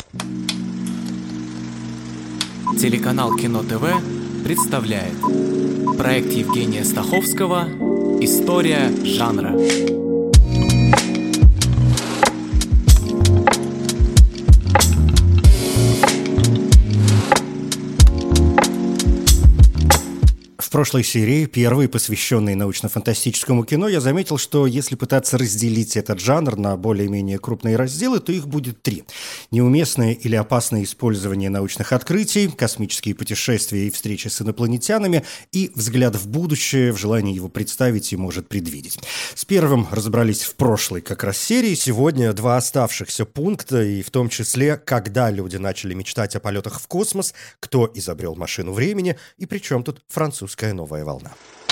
Телеканал Кино ТВ представляет проект Евгения Стаховского «История жанра». В прошлой серии, первой, посвященной научно-фантастическому кино, я заметил, что если пытаться разделить этот жанр на более-менее крупные разделы, то их будет три. Неуместное или опасное использование научных открытий, космические путешествия и встречи с инопланетянами и взгляд в будущее в желании его представить и, может, предвидеть. С первым разобрались в прошлой как раз серии. Сегодня два оставшихся пункта, и в том числе, когда люди начали мечтать о полетах в космос, кто изобрел машину времени и при чем тут французская новая волна.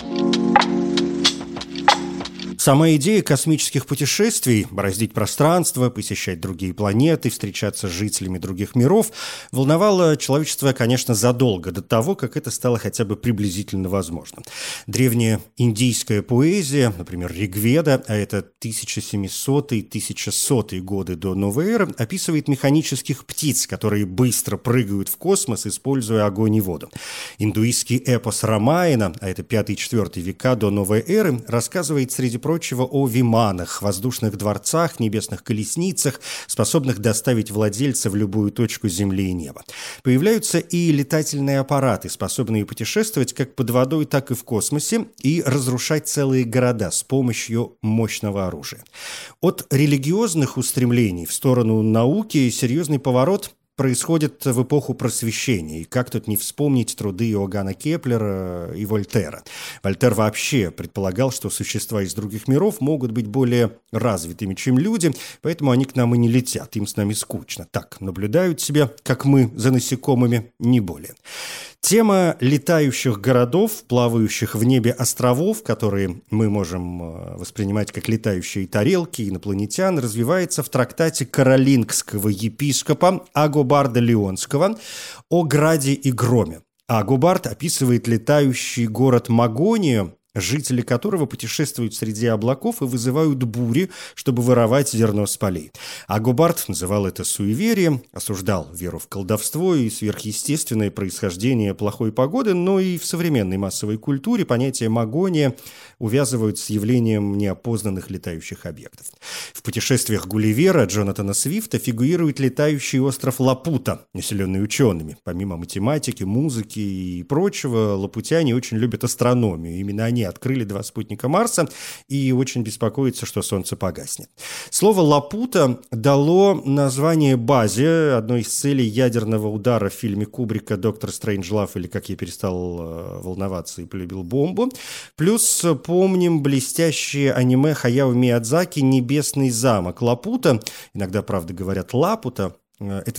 Сама идея космических путешествий, бороздить пространство, посещать другие планеты, встречаться с жителями других миров, волновала человечество, конечно, задолго до того, как это стало хотя бы приблизительно возможным. Древняя индийская поэзия, например, Ригведа, а это 1700-1100 годы до новой эры, описывает механических птиц, которые быстро прыгают в космос, используя огонь и воду. Индуистский эпос Рамаяна, а это 5-4 века до новой эры, рассказывает, среди прочего, о виманах, воздушных дворцах, небесных колесницах, способных доставить владельца в любую точку земли и неба. Появляются и летательные аппараты, способные путешествовать как под водой, так и в космосе, и разрушать целые города с помощью мощного оружия. От религиозных устремлений в сторону науки серьезный поворот происходит в эпоху Просвещения. И как тут не вспомнить труды Иоганна Кеплера и Вольтера. Вольтер вообще предполагал, что существа из других миров могут быть более развитыми, чем люди, поэтому они к нам и не летят, им с нами скучно. Так, наблюдают себя, как мы, за насекомыми, не более. Тема летающих городов, плавающих в небе островов, которые мы можем воспринимать как летающие тарелки инопланетян, развивается в трактате каролингского епископа Агобарда Леонского о граде и громе. Агобард описывает летающий город Магонию, жители которого путешествуют среди облаков и вызывают бури, чтобы воровать зерно с полей. Агобард называл это суеверием, осуждал веру в колдовство и сверхъестественное происхождение плохой погоды, но и в современной массовой культуре понятие «магония» увязывают с явлением неопознанных летающих объектов. В путешествиях Гулливера Джонатана Свифта фигурирует летающий остров Лапута, населенный учеными. Помимо математики, музыки и прочего, лапутяне очень любят астрономию. Именно они открыли 2 спутника Марса и очень беспокоятся, что Солнце погаснет. Слово «Лапута» дало название базе, одной из целей ядерного удара в фильме Кубрика «Доктор Стрейнджлав» или «Как я перестал волноваться и полюбил бомбу». Плюс помним блестящее аниме Хаяо Миядзаки «Небесный замок». Лапута, иногда, правда, говорят «Лапута», это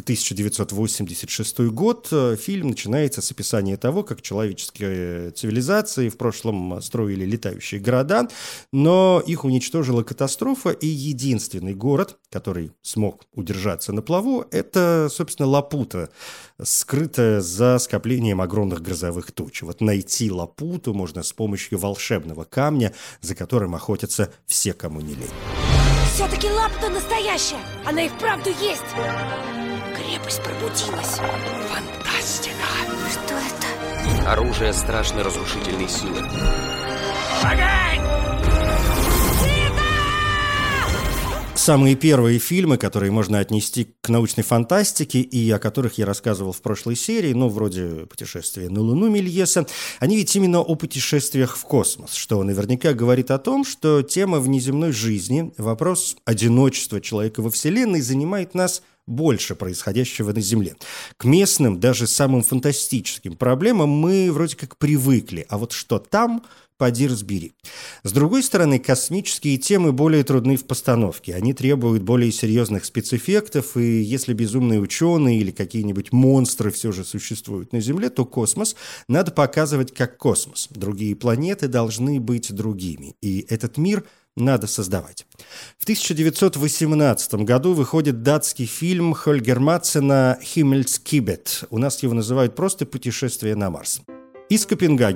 1986 год. Фильм начинается с описания того, как человеческие цивилизации в прошлом строили летающие города, но их уничтожила катастрофа, и единственный город, который смог удержаться на плаву, это, собственно, Лапута, скрытая за скоплением огромных грозовых туч. Вот найти Лапуту можно с помощью волшебного камня, за которым охотятся все, кому не лень. Все-таки Лапута настоящая! Она и вправду есть! Крепость пробудилась. Фантастика! Что это? Оружие страшной разрушительной силы. Огонь! Самые первые фильмы, которые можно отнести к научной фантастике и о которых я рассказывал в прошлой серии, вроде «Путешествия на Луну» Мельеса, они ведь именно о путешествиях в космос, что наверняка говорит о том, что тема внеземной жизни, вопрос одиночества человека во Вселенной занимает нас больше происходящего на Земле. К местным, даже самым фантастическим проблемам мы вроде как привыкли, а вот что там – поди разбери. С другой стороны, космические темы более трудны в постановке. Они требуют более серьезных спецэффектов, и если безумные ученые или какие-нибудь монстры все же существуют на Земле, то космос надо показывать как космос. Другие планеты должны быть другими, и этот мир надо создавать. В 1918 году выходит датский фильм Хольгер Матсена «Химмельскибет». У нас его называют просто «Путешествие на Марс». Из Копенгагена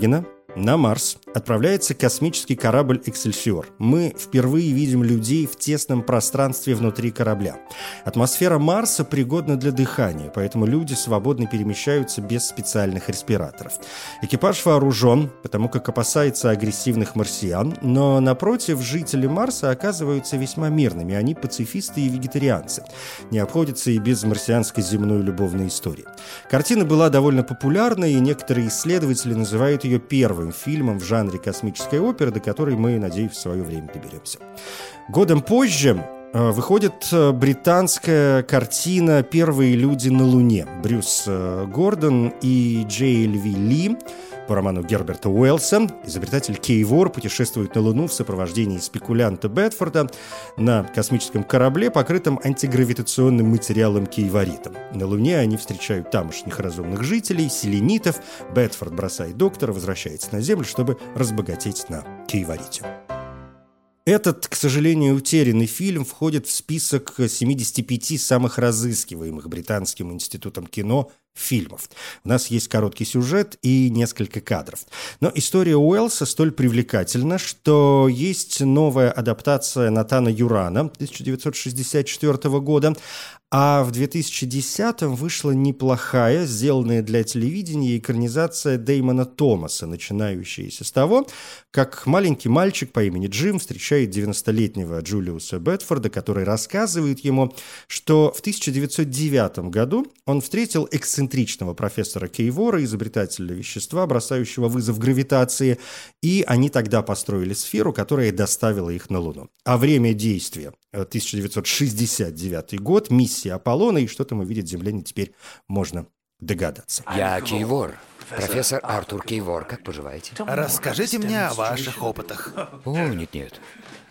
На Марс отправляется космический корабль «Эксельсиор». Мы впервые видим людей в тесном пространстве внутри корабля. Атмосфера Марса пригодна для дыхания, поэтому люди свободно перемещаются без специальных респираторов. Экипаж вооружен, потому как опасается агрессивных марсиан, но, напротив, жители Марса оказываются весьма мирными. Они пацифисты и вегетарианцы. Не обходятся и без марсианской земной любовной истории. Картина была довольно популярна, и некоторые исследователи называют ее первым фильмом в жанре космической оперы, до которой мы, надеюсь, в свое время доберемся. Годом позже выходит британская картина «Первые люди на Луне». Брюс Гордон и Джей.Л.Ви. Ли по роману Герберта Уэллса. Изобретатель Кейвор путешествует на Луну в сопровождении спекулянта Бетфорда на космическом корабле, покрытом антигравитационным материалом кейворитом. На Луне они встречают тамошних разумных жителей, селенитов. Бетфорд бросает доктора, возвращается на Землю, чтобы разбогатеть на кейворите. Этот, к сожалению, утерянный фильм входит в список 75 самых разыскиваемых Британским институтом кино фильмов. У нас есть короткий сюжет и несколько кадров. Но история Уэллса столь привлекательна, что есть новая адаптация Натана Юрана 1964 года, а в 2010-м вышла неплохая, сделанная для телевидения экранизация Дэймона Томаса, начинающаяся с того, как маленький мальчик по имени Джим встречает 90-летнего Джулиуса Бетфорда, который рассказывает ему, что в 1909 году он встретил эксцентричного профессора Кейвора, изобретателя вещества, бросающего вызов гравитации, и они тогда построили сферу, которая доставила их на Луну. А время действия 1969 год, миссия Аполлона, и что там увидит земляне, теперь можно догадаться. Я Кейвор, профессор Артур Кейвор. Как поживаете? Расскажите мне о ваших опытах. О, нет.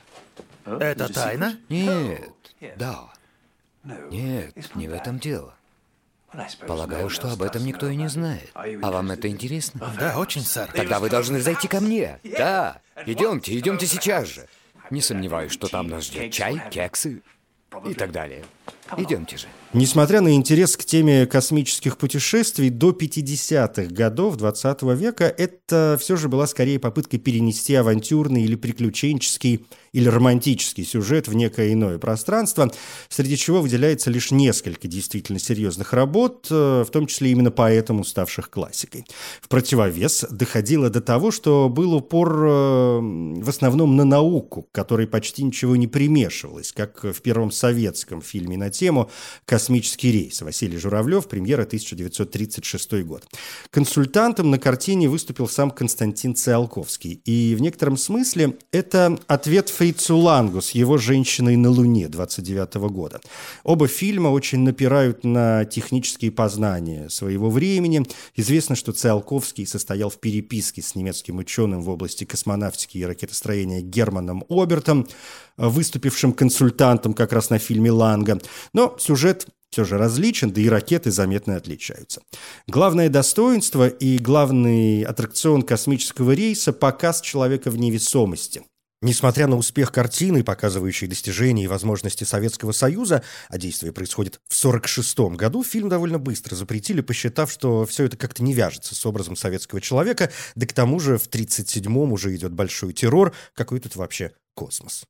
Это тайна? Нет, да. Нет, не в этом дело. Полагаю, что об этом никто и не знает. А вам это интересно? Да, очень, сэр. Тогда вы должны зайти ко мне. Да, идемте сейчас же. Не сомневаюсь, что там нас ждет чай, кексы и так далее. Идемте же. Несмотря на интерес к теме космических путешествий, до 50-х годов 20 века это все же была скорее попытка перенести авантюрный или приключенческий или романтический сюжет в некое иное пространство, среди чего выделяется лишь несколько действительно серьезных работ, в том числе именно поэтому ставших классикой. В противовес доходило до того, что был упор в основном на науку, к которой почти ничего не примешивалось, как в первом советском фильме на тему «Космический рейс». Василий Журавлев, премьера 1936 год. Консультантом на картине выступил сам Константин Циолковский. И в некотором смысле это ответ Фрицу Лангу с его «Женщиной на Луне» 1929 года. Оба фильма очень напирают на технические познания своего времени. Известно, что Циолковский состоял в переписке с немецким ученым в области космонавтики и ракетостроения Германом Обертом, выступившим консультантом как раз на фильме Ланга. Но сюжет все же различен, да и ракеты заметно отличаются. Главное достоинство и главный аттракцион космического рейса – показ человека в невесомости. Несмотря на успех картины, показывающей достижения и возможности Советского Союза, а действие происходит в 1946 году, фильм довольно быстро запретили, посчитав, что все это как-то не вяжется с образом советского человека, да к тому же в 1937-м уже идет большой террор, какой тут вообще космос.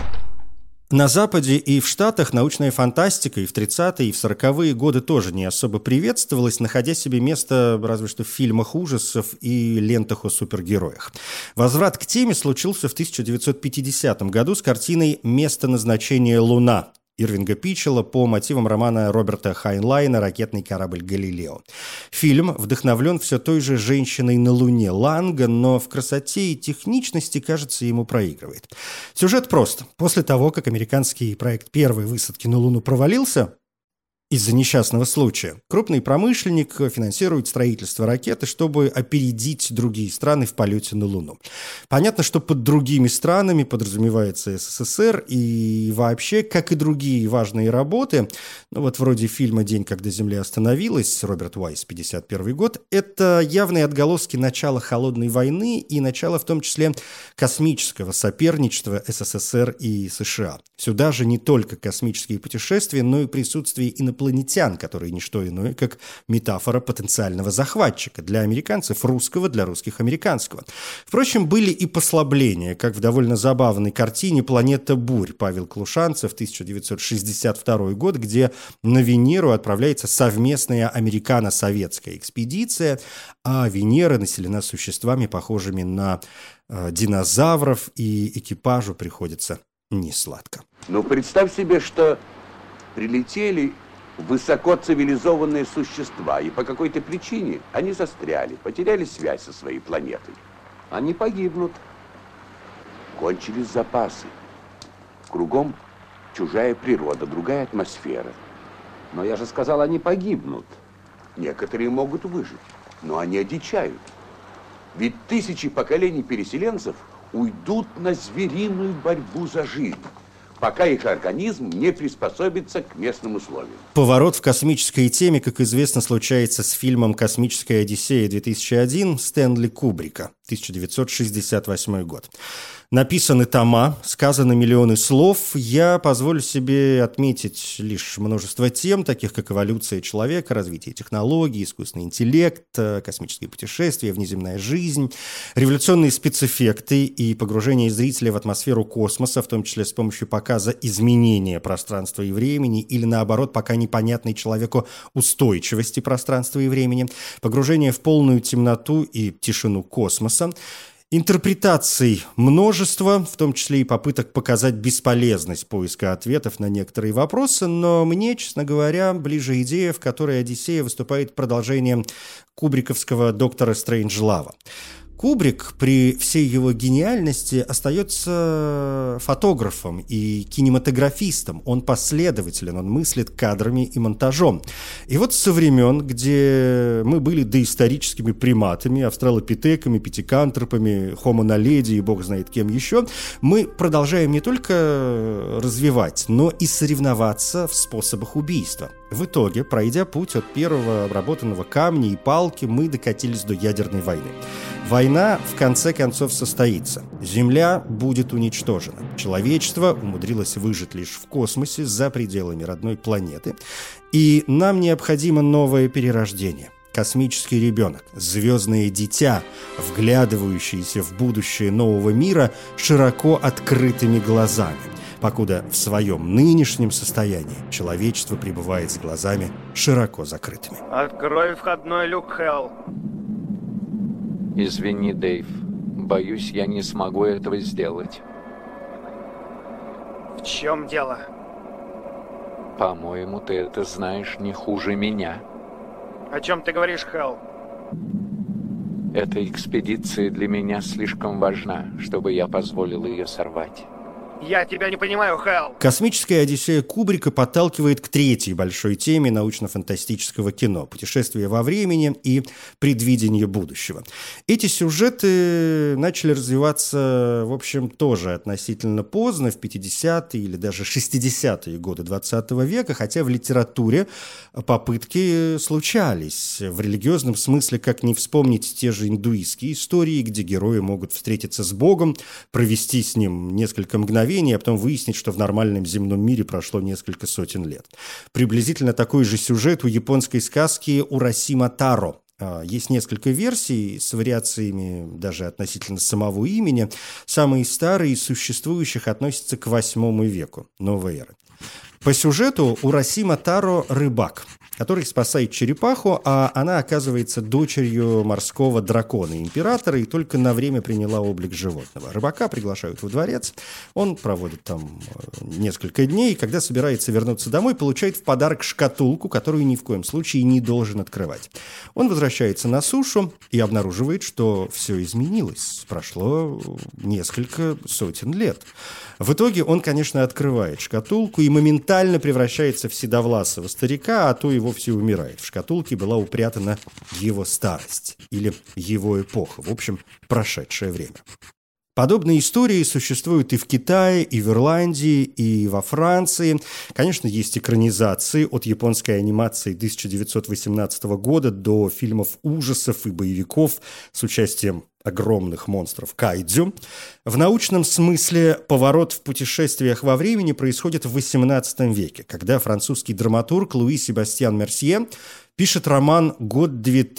На Западе и в Штатах научная фантастика и в 30-е, и в 40-е годы тоже не особо приветствовалась, находя себе место разве что в фильмах ужасов и лентах о супергероях. Возврат к теме случился в 1950 году с картиной «Место назначения Луна» Ирвинга Пичела по мотивам романа Роберта Хайнлайна «Ракетный корабль Галилео». Фильм вдохновлен все той же «Женщиной на Луне» Ланга, но в красоте и техничности, кажется, ему проигрывает. Сюжет прост. После того, как американский проект первой высадки на Луну провалился из-за несчастного случая, крупный промышленник финансирует строительство ракеты, чтобы опередить другие страны в полете на Луну. Понятно, что под другими странами подразумевается СССР и вообще, как и другие важные работы, ну вот вроде фильма «День, когда Земля остановилась», Роберт Уайс, 1951 год, это явные отголоски начала Холодной войны и начала в том числе космического соперничества СССР и США. Сюда же не только космические путешествия, но и присутствие инопланетян инопланетян, которые не что иное, как метафора потенциального захватчика. Для американцев русского, для русских американского. Впрочем, были и послабления, как в довольно забавной картине «Планета бурь» Павел Клушанцев, 1962 год, где на Венеру отправляется совместная американо-советская экспедиция, а Венера населена существами, похожими на динозавров, и экипажу приходится несладко. Ну, представь себе, что прилетели высокоцивилизованные существа, и по какой-то причине они застряли, потеряли связь со своей планетой. Они погибнут. Кончились запасы. Кругом чужая природа, другая атмосфера. Но я же сказал, они погибнут. Некоторые могут выжить, но они одичают. Ведь тысячи поколений переселенцев уйдут на звериную борьбу за жизнь, пока их организм не приспособится к местным условиям. Поворот в космической теме, как известно, случается с фильмом «Космическая Одиссея-2001» Стэнли Кубрика, 1968 год. Написаны тома, сказаны миллионы слов. Я позволю себе отметить лишь множество тем, таких как эволюция человека, развитие технологий, искусственный интеллект, космические путешествия, внеземная жизнь, революционные спецэффекты и погружение зрителя в атмосферу космоса, в том числе с помощью показа изменения пространства и времени или, наоборот, пока непонятной человеку устойчивости пространства и времени, погружение в полную темноту и тишину космоса, интерпретаций множество, в том числе и попыток показать бесполезность поиска ответов на некоторые вопросы, но мне, честно говоря, ближе идея, в которой Одиссея выступает продолжением кубриковского «Доктора Стрейнджлава». Кубрик при всей его гениальности остается фотографом и кинематографистом. Он последователен, он мыслит кадрами и монтажом. И вот со времен, где мы были доисторическими приматами, австралопитеками, пятикантропами, хомо наледи и бог знает кем еще, мы продолжаем не только развивать, но и соревноваться в способах убийства. В итоге, пройдя путь от первого обработанного камня и палки, мы докатились до ядерной войны. Война, в конце концов, состоится. Земля будет уничтожена. Человечество умудрилось выжить лишь в космосе, за пределами родной планеты. И нам необходимо новое перерождение. Космический ребенок, звездное дитя, вглядывающееся в будущее нового мира широко открытыми глазами, покуда в своем нынешнем состоянии человечество пребывает с глазами широко закрытыми. Открой входной люк, Хелл. Извини, Дэйв. Боюсь, я не смогу этого сделать. В чем дело? По-моему, ты это знаешь не хуже меня. О чем ты говоришь, Хелл? Эта экспедиция для меня слишком важна, чтобы я позволил ее сорвать. Я тебя не понимаю, Хелл. Космическая Одиссея Кубрика подталкивает к третьей большой теме научно-фантастического кино – путешествие во времени и предвидение будущего. Эти сюжеты начали развиваться, в общем, тоже относительно поздно, в 50-е или даже 60-е годы 20 века, хотя в литературе попытки случались. В религиозном смысле, как не вспомнить те же индуистские истории, где герои могут встретиться с Богом, провести с ним несколько мгновений, а потом выяснить, что в нормальном земном мире прошло несколько сотен лет. Приблизительно такой же сюжет у японской сказки «Урасима Таро». Есть несколько версий с вариациями даже относительно самого имени. Самые старые из существующих относятся к VIII веку новой эры. По сюжету Урасима Таро – рыбак, который спасает черепаху, а она оказывается дочерью морского дракона-императора и только на время приняла облик животного. Рыбака приглашают во дворец, он проводит там несколько дней, и когда собирается вернуться домой, получает в подарок шкатулку, которую ни в коем случае не должен открывать. Он возвращается на сушу и обнаруживает, что все изменилось, прошло несколько сотен лет. В итоге он, конечно, открывает шкатулку и моментально превращается в седовласого старика, а то и вовсе умирает. В шкатулке была упрятана его старость или его эпоха, в общем, прошедшее время. Подобные истории существуют и в Китае, и в Ирландии, и во Франции. Конечно, есть экранизации от японской анимации 1918 года до фильмов ужасов и боевиков с участием огромных монстров кайдзю. В научном смысле поворот в путешествиях во времени происходит в XVIII веке, когда французский драматург Луи Себастьян Мерсье пишет роман «Год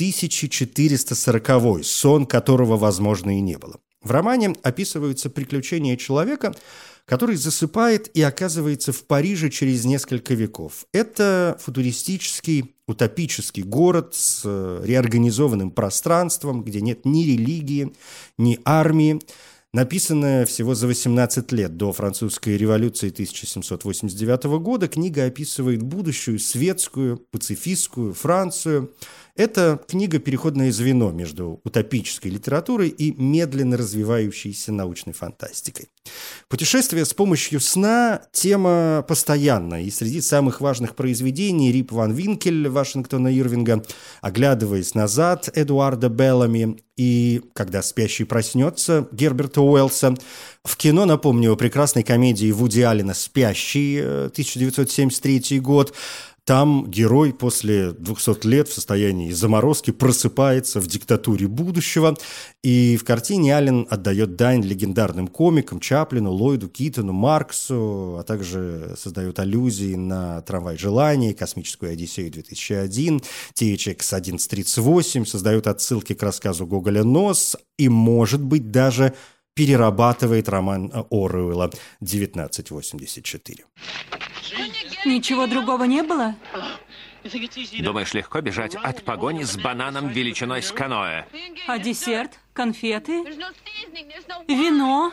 2440, сон которого, возможно, и не было». В романе описываются приключения человека, который засыпает и оказывается в Париже через несколько веков. Это футуристический, утопический город с реорганизованным пространством, где нет ни религии, ни армии. Написанная всего за 18 лет до французской революции 1789 года, книга описывает будущую светскую, пацифистскую Францию. Это книга «Переходное звено» между утопической литературой и медленно развивающейся научной фантастикой. Путешествие с помощью сна – тема постоянная, и среди самых важных произведений Рип ван Винкель Вашингтона Ирвинга, «Оглядываясь назад» Эдуарда Беллами и «Когда спящий проснется» Герберта Уэллса. В кино, напомню, о прекрасной комедии Вуди Аллена «Спящий» 1973 год. Там герой после 200 лет в состоянии заморозки просыпается в диктатуре будущего. И в картине Аллен отдает дань легендарным комикам Чаплину, Ллойду, Китону, Марксу, а также создает аллюзии на «Трамвай желаний», «Космическую Одиссею 2001», THX 1138, создает отсылки к рассказу Гоголя «Нос» и, может быть, даже перерабатывает роман Оруэлла «1984». Ничего другого не было? Думаешь, легко бежать от погони с бананом величиной с каноэ? А десерт? Конфеты? Вино?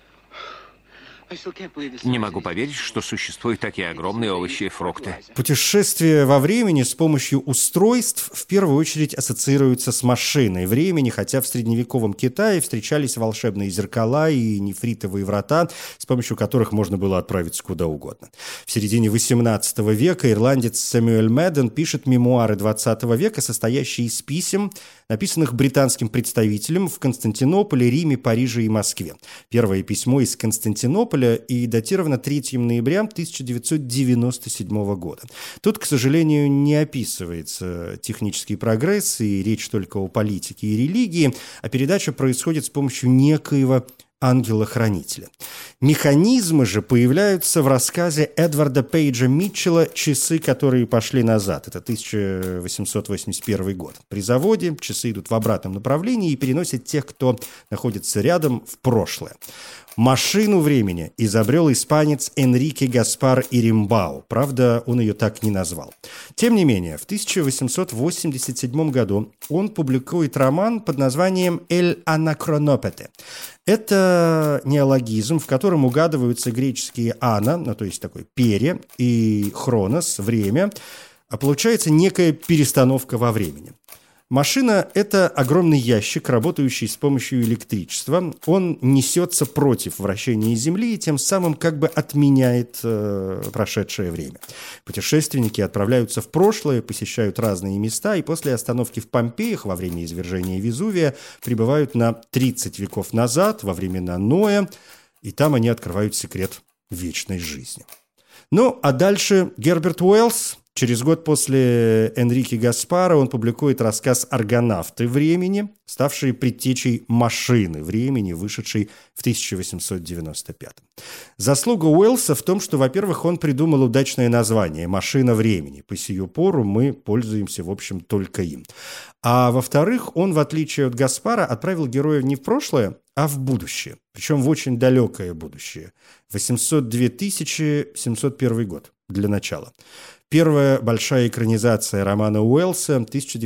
Не могу поверить, что существуют такие огромные овощи и фрукты. Путешествие во времени с помощью устройств в первую очередь ассоциируется с машиной времени, хотя в средневековом Китае встречались волшебные зеркала и нефритовые врата, с помощью которых можно было отправиться куда угодно. В середине XVIII века ирландец Сэмюэль Мэдден пишет мемуары XX века, состоящие из писем, написанных британским представителям в Константинополе, Риме, Париже и Москве. Первое письмо из Константинополя и датировано 3 ноября 1997 года. Тут, к сожалению, не описывается технический прогресс, и речь только о политике и религии, а передача происходит с помощью некоего ангела-хранителя. Механизмы же появляются в рассказе Эдварда Пейджа Митчелла «Часы, которые пошли назад». Это 1881 год. При заводе часы идут в обратном направлении и переносят тех, кто находится рядом, в прошлое. Машину времени изобрел испанец Энрике Гаспар Иримбау. Правда, он ее так не назвал. Тем не менее, в 1887 году он публикует роман под названием «Эль Анакронопете». Это неологизм, в котором угадываются греческие «ана», ну, то есть такой «пере», и «хронос» – «время», а получается некая перестановка во времени. Машина – это огромный ящик, работающий с помощью электричества. Он несется против вращения Земли и тем самым как бы отменяет прошедшее время. Путешественники отправляются в прошлое, посещают разные места и после остановки в Помпеях во время извержения Везувия прибывают на 30 веков назад, во времена Ноя, и там они открывают секрет вечной жизни. Ну, а дальше Герберт Уэллс. Через год после Энрике Гаспара он публикует рассказ «Аргонавты времени», ставший предтечей «Машины времени», вышедшей в 1895. Заслуга Уэллса в том, что, во-первых, он придумал удачное название «Машина времени». По сию пору мы пользуемся, в общем, только им. А во-вторых, он, в отличие от Гаспара, отправил героя не в прошлое, а в будущее. Причем в очень далекое будущее. 802 701 год для начала. Первая большая экранизация романа Уэллса,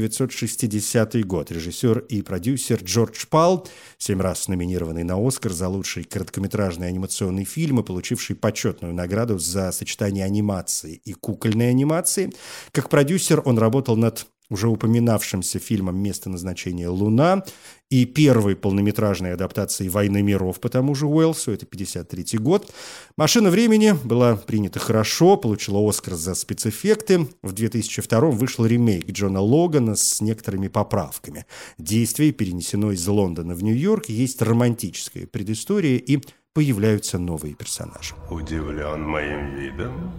1960 год. Режиссер и продюсер Джордж Пал, 7 раз номинированный на «Оскар» за лучший короткометражный анимационный фильм и получивший почетную награду за сочетание анимации и кукольной анимации. Как продюсер он работал над уже упоминавшимся фильмом «Место назначения Луна» и первой полнометражной адаптацией «Войны миров» по тому же Уэллсу, это 1953 год. «Машина времени» была принята хорошо, получила «Оскар» за спецэффекты. В 2002 вышел ремейк Джона Логана с некоторыми поправками. Действие перенесено из Лондона в Нью-Йорк, есть романтическая предыстория и появляются новые персонажи. Удивлен моим видом?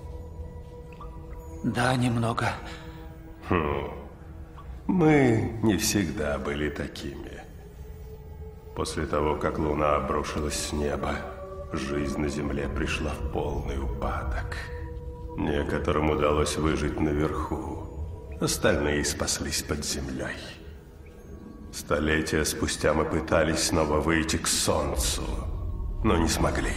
Да, немного. Мы не всегда были такими. После того, как Луна обрушилась с неба, жизнь на Земле пришла в полный упадок. Некоторым удалось выжить наверху, остальные спаслись под землей. Столетия спустя мы пытались снова выйти к Солнцу, но не смогли.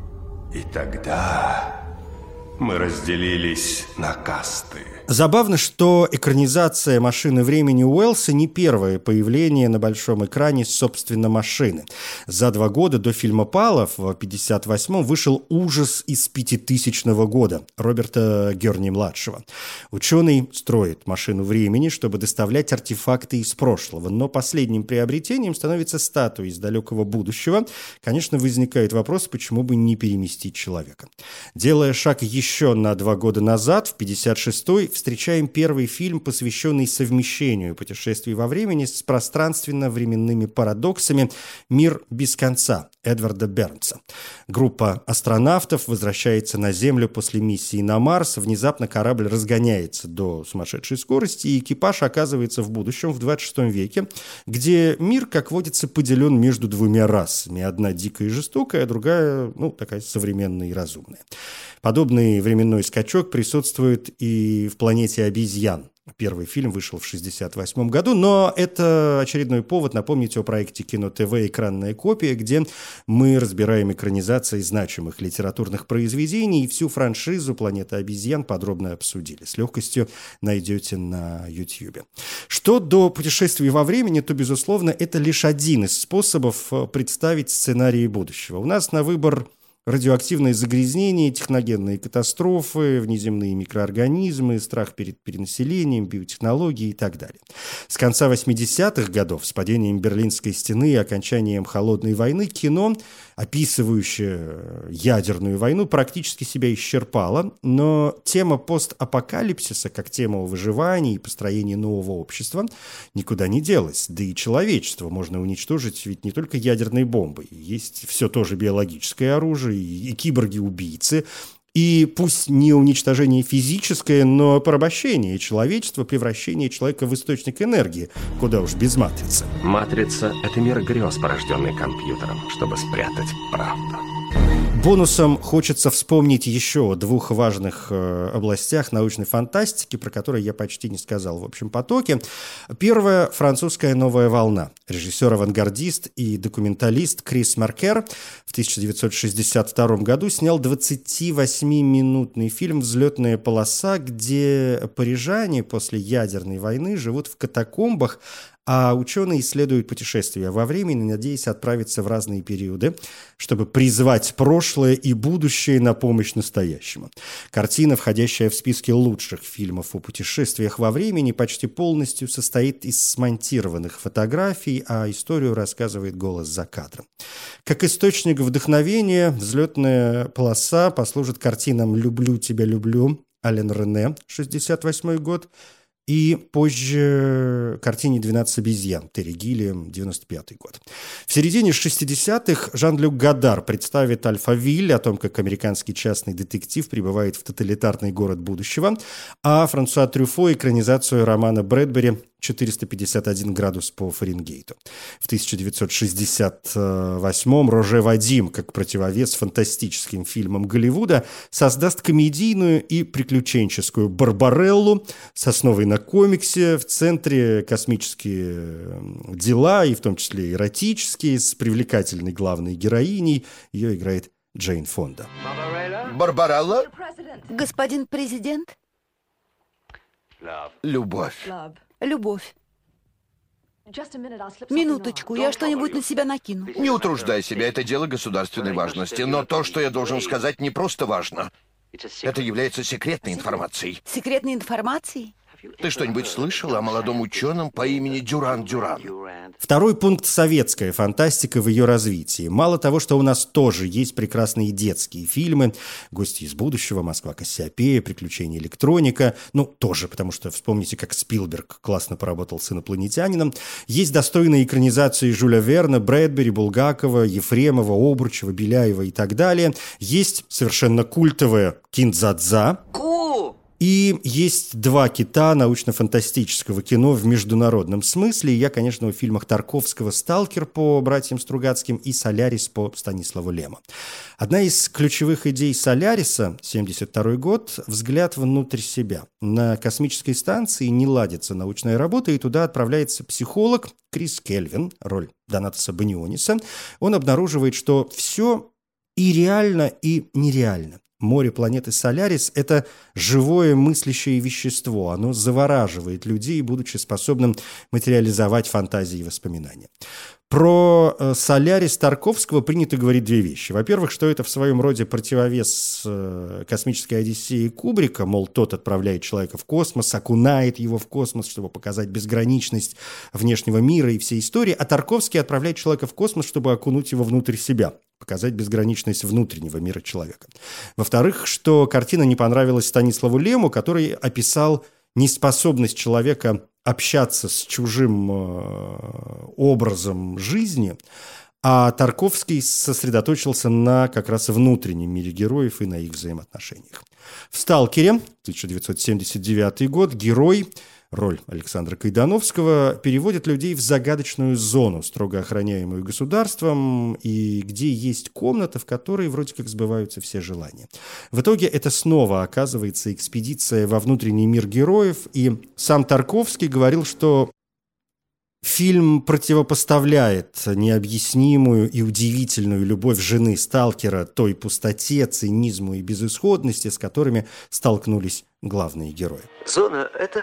И тогда мы разделились на касты. Забавно, что экранизация «Машины времени» Уэллса не первое появление на большом экране, собственно, машины. За 2 года до фильма «Палов» в 1958-м вышел «Ужас» из 5000 года Роберта Герни-младшего. Ученый строит машину времени, чтобы доставлять артефакты из прошлого, но последним приобретением становится статуя из далекого будущего. Конечно, возникает вопрос, почему бы не переместить человека. Делая шаг еще на 2 года назад, в 1956-й, встречаем первый фильм, посвященный совмещению путешествий во времени с пространственно-временными парадоксами «Мир без конца» Эдварда Бернса. Группа астронавтов возвращается на Землю после миссии на Марс. Внезапно корабль разгоняется до сумасшедшей скорости, и экипаж оказывается в будущем, в 26 веке, где мир, как водится, поделен между 2 расами. Одна дикая и жестокая, а другая, такая современная и разумная. Подобный временной скачок присутствует и в «Планете обезьян». Первый фильм вышел в 1968 году, но это очередной повод напомнить о проекте Кино ТВ «Экранная копия», где мы разбираем экранизации значимых литературных произведений, и всю франшизу «Планета обезьян» подробно обсудили. С легкостью найдете на YouTube. Что до путешествий во времени, то, безусловно, это лишь один из способов представить сценарии будущего. У нас на выбор радиоактивное загрязнение, техногенные катастрофы, внеземные микроорганизмы, страх перед перенаселением, биотехнологии и так далее. С конца 80-х годов, с падением Берлинской стены и окончанием Холодной войны, кино, описывающее ядерную войну, практически себя исчерпало, но тема постапокалипсиса, как тема выживания и построения нового общества, никуда не делась. Да и человечество можно уничтожить ведь не только ядерной бомбой. Есть все тоже биологическое оружие, и киборги-убийцы, и пусть не уничтожение физическое, но порабощение человечества, превращение человека в источник энергии, куда уж без матрицы. Матрица — это мир грез, порожденный компьютером, чтобы спрятать правду. Бонусом хочется вспомнить еще о 2 важных областях научной фантастики, про которые я почти не сказал в общем потоке. Первая – французская новая волна. Режиссер-авангардист и документалист Крис Маркер в 1962 году снял 28-минутный фильм «Взлетная полоса», где парижане после ядерной войны живут в катакомбах, а ученые исследуют путешествия во времени, надеясь отправиться в разные периоды, чтобы призвать прошлое и будущее на помощь настоящему. Картина, входящая в списки лучших фильмов о путешествиях во времени, почти полностью состоит из смонтированных фотографий, а историю рассказывает голос за кадром. Как источник вдохновения «Взлетная полоса» послужит картинам «Люблю тебя, люблю» Ален Рене, 1968 год, и позже картине «12 обезьян» Терри Гиллиам, 1995 год. В середине 60-х Жан-Люк Годар представит «Альфавиль», о том, как американский частный детектив прибывает в тоталитарный город будущего, а Франсуа Трюфо – экранизацию романа Брэдбери «451 градус по Фаренгейту». В 1968-м Роже Вадим, как противовес фантастическим фильмам Голливуда, создаст комедийную и приключенческую «Барбареллу» с основой на комиксе. В центре космические дела, и в том числе эротические, с привлекательной главной героиней. Ее играет Джейн Фонда. Барбарелла? Господин президент? Любовь. Любовь. Минуточку, я что-нибудь на себя накину. Не утруждай себя, это дело государственной важности. Но то, что я должен сказать, не просто важно. Это является секретной информацией. Секретной информацией? Ты что-нибудь слышал о молодом ученом по имени Дюран-Дюран? Второй пункт – советская фантастика в ее развитии. Мало того, что у нас тоже есть прекрасные детские фильмы «Гости из будущего», «Москва Кассиопея», «Приключения электроника». Ну, тоже, потому что вспомните, как Спилберг классно поработал с инопланетянином. Есть достойные экранизации Жюля Верна, Брэдбери, Булгакова, Ефремова, Обручева, Беляева и так далее. Есть совершенно культовая «Кин-дза-дза». И есть два кита научно-фантастического кино в международном смысле. Я, конечно, в фильмах Тарковского «Сталкер» по братьям Стругацким и «Солярис» по Станиславу Лему. Одна из ключевых идей «Соляриса», 1972 год, взгляд внутрь себя. На космической станции не ладится научная работа, и туда отправляется психолог Крис Кельвин, роль Донатаса Баниониса. Он обнаруживает, что все и реально, и нереально. Море планеты Солярис – это живое мыслящее вещество. Оно завораживает людей, будучи способным материализовать фантазии и воспоминания. Про «Солярис» Тарковского принято говорить две вещи. Во-первых, что это в своем роде противовес «Космической Одиссеи» Кубрика, мол, тот отправляет человека в космос, окунает его в космос, чтобы показать безграничность внешнего мира и всей истории, а Тарковский отправляет человека в космос, чтобы окунуть его внутрь себя, показать безграничность внутреннего мира человека. Во-вторых, что картина не понравилась Станиславу Лему, который описал неспособность человека общаться с чужим образом жизни, а Тарковский сосредоточился на как раз внутреннем мире героев и на их взаимоотношениях. В «Сталкере», 1979 год, герой, роль Александра Кайдановского, переводит людей в загадочную зону, строго охраняемую государством, и где есть комната, в которой вроде как сбываются все желания. В итоге это снова оказывается экспедиция во внутренний мир героев, и сам Тарковский говорил, что фильм противопоставляет необъяснимую и удивительную любовь жены сталкера той пустоте, цинизму и безысходности, с которыми столкнулись главные герои. Зона — это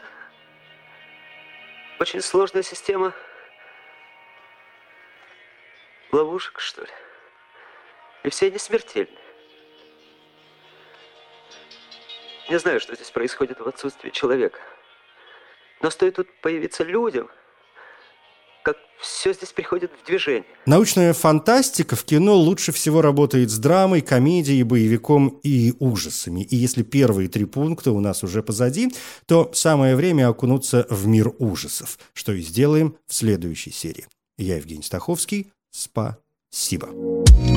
очень сложная система ловушек, что ли. И все они смертельны. Не знаю, что здесь происходит в отсутствии человека. Но стоит тут появиться людям, как все здесь приходит в движение. Научная фантастика в кино лучше всего работает с драмой, комедией, боевиком и ужасами. И если первые три пункта у нас уже позади, то самое время окунуться в мир ужасов, что и сделаем в следующей серии. Я Евгений Стаховский. Спасибо.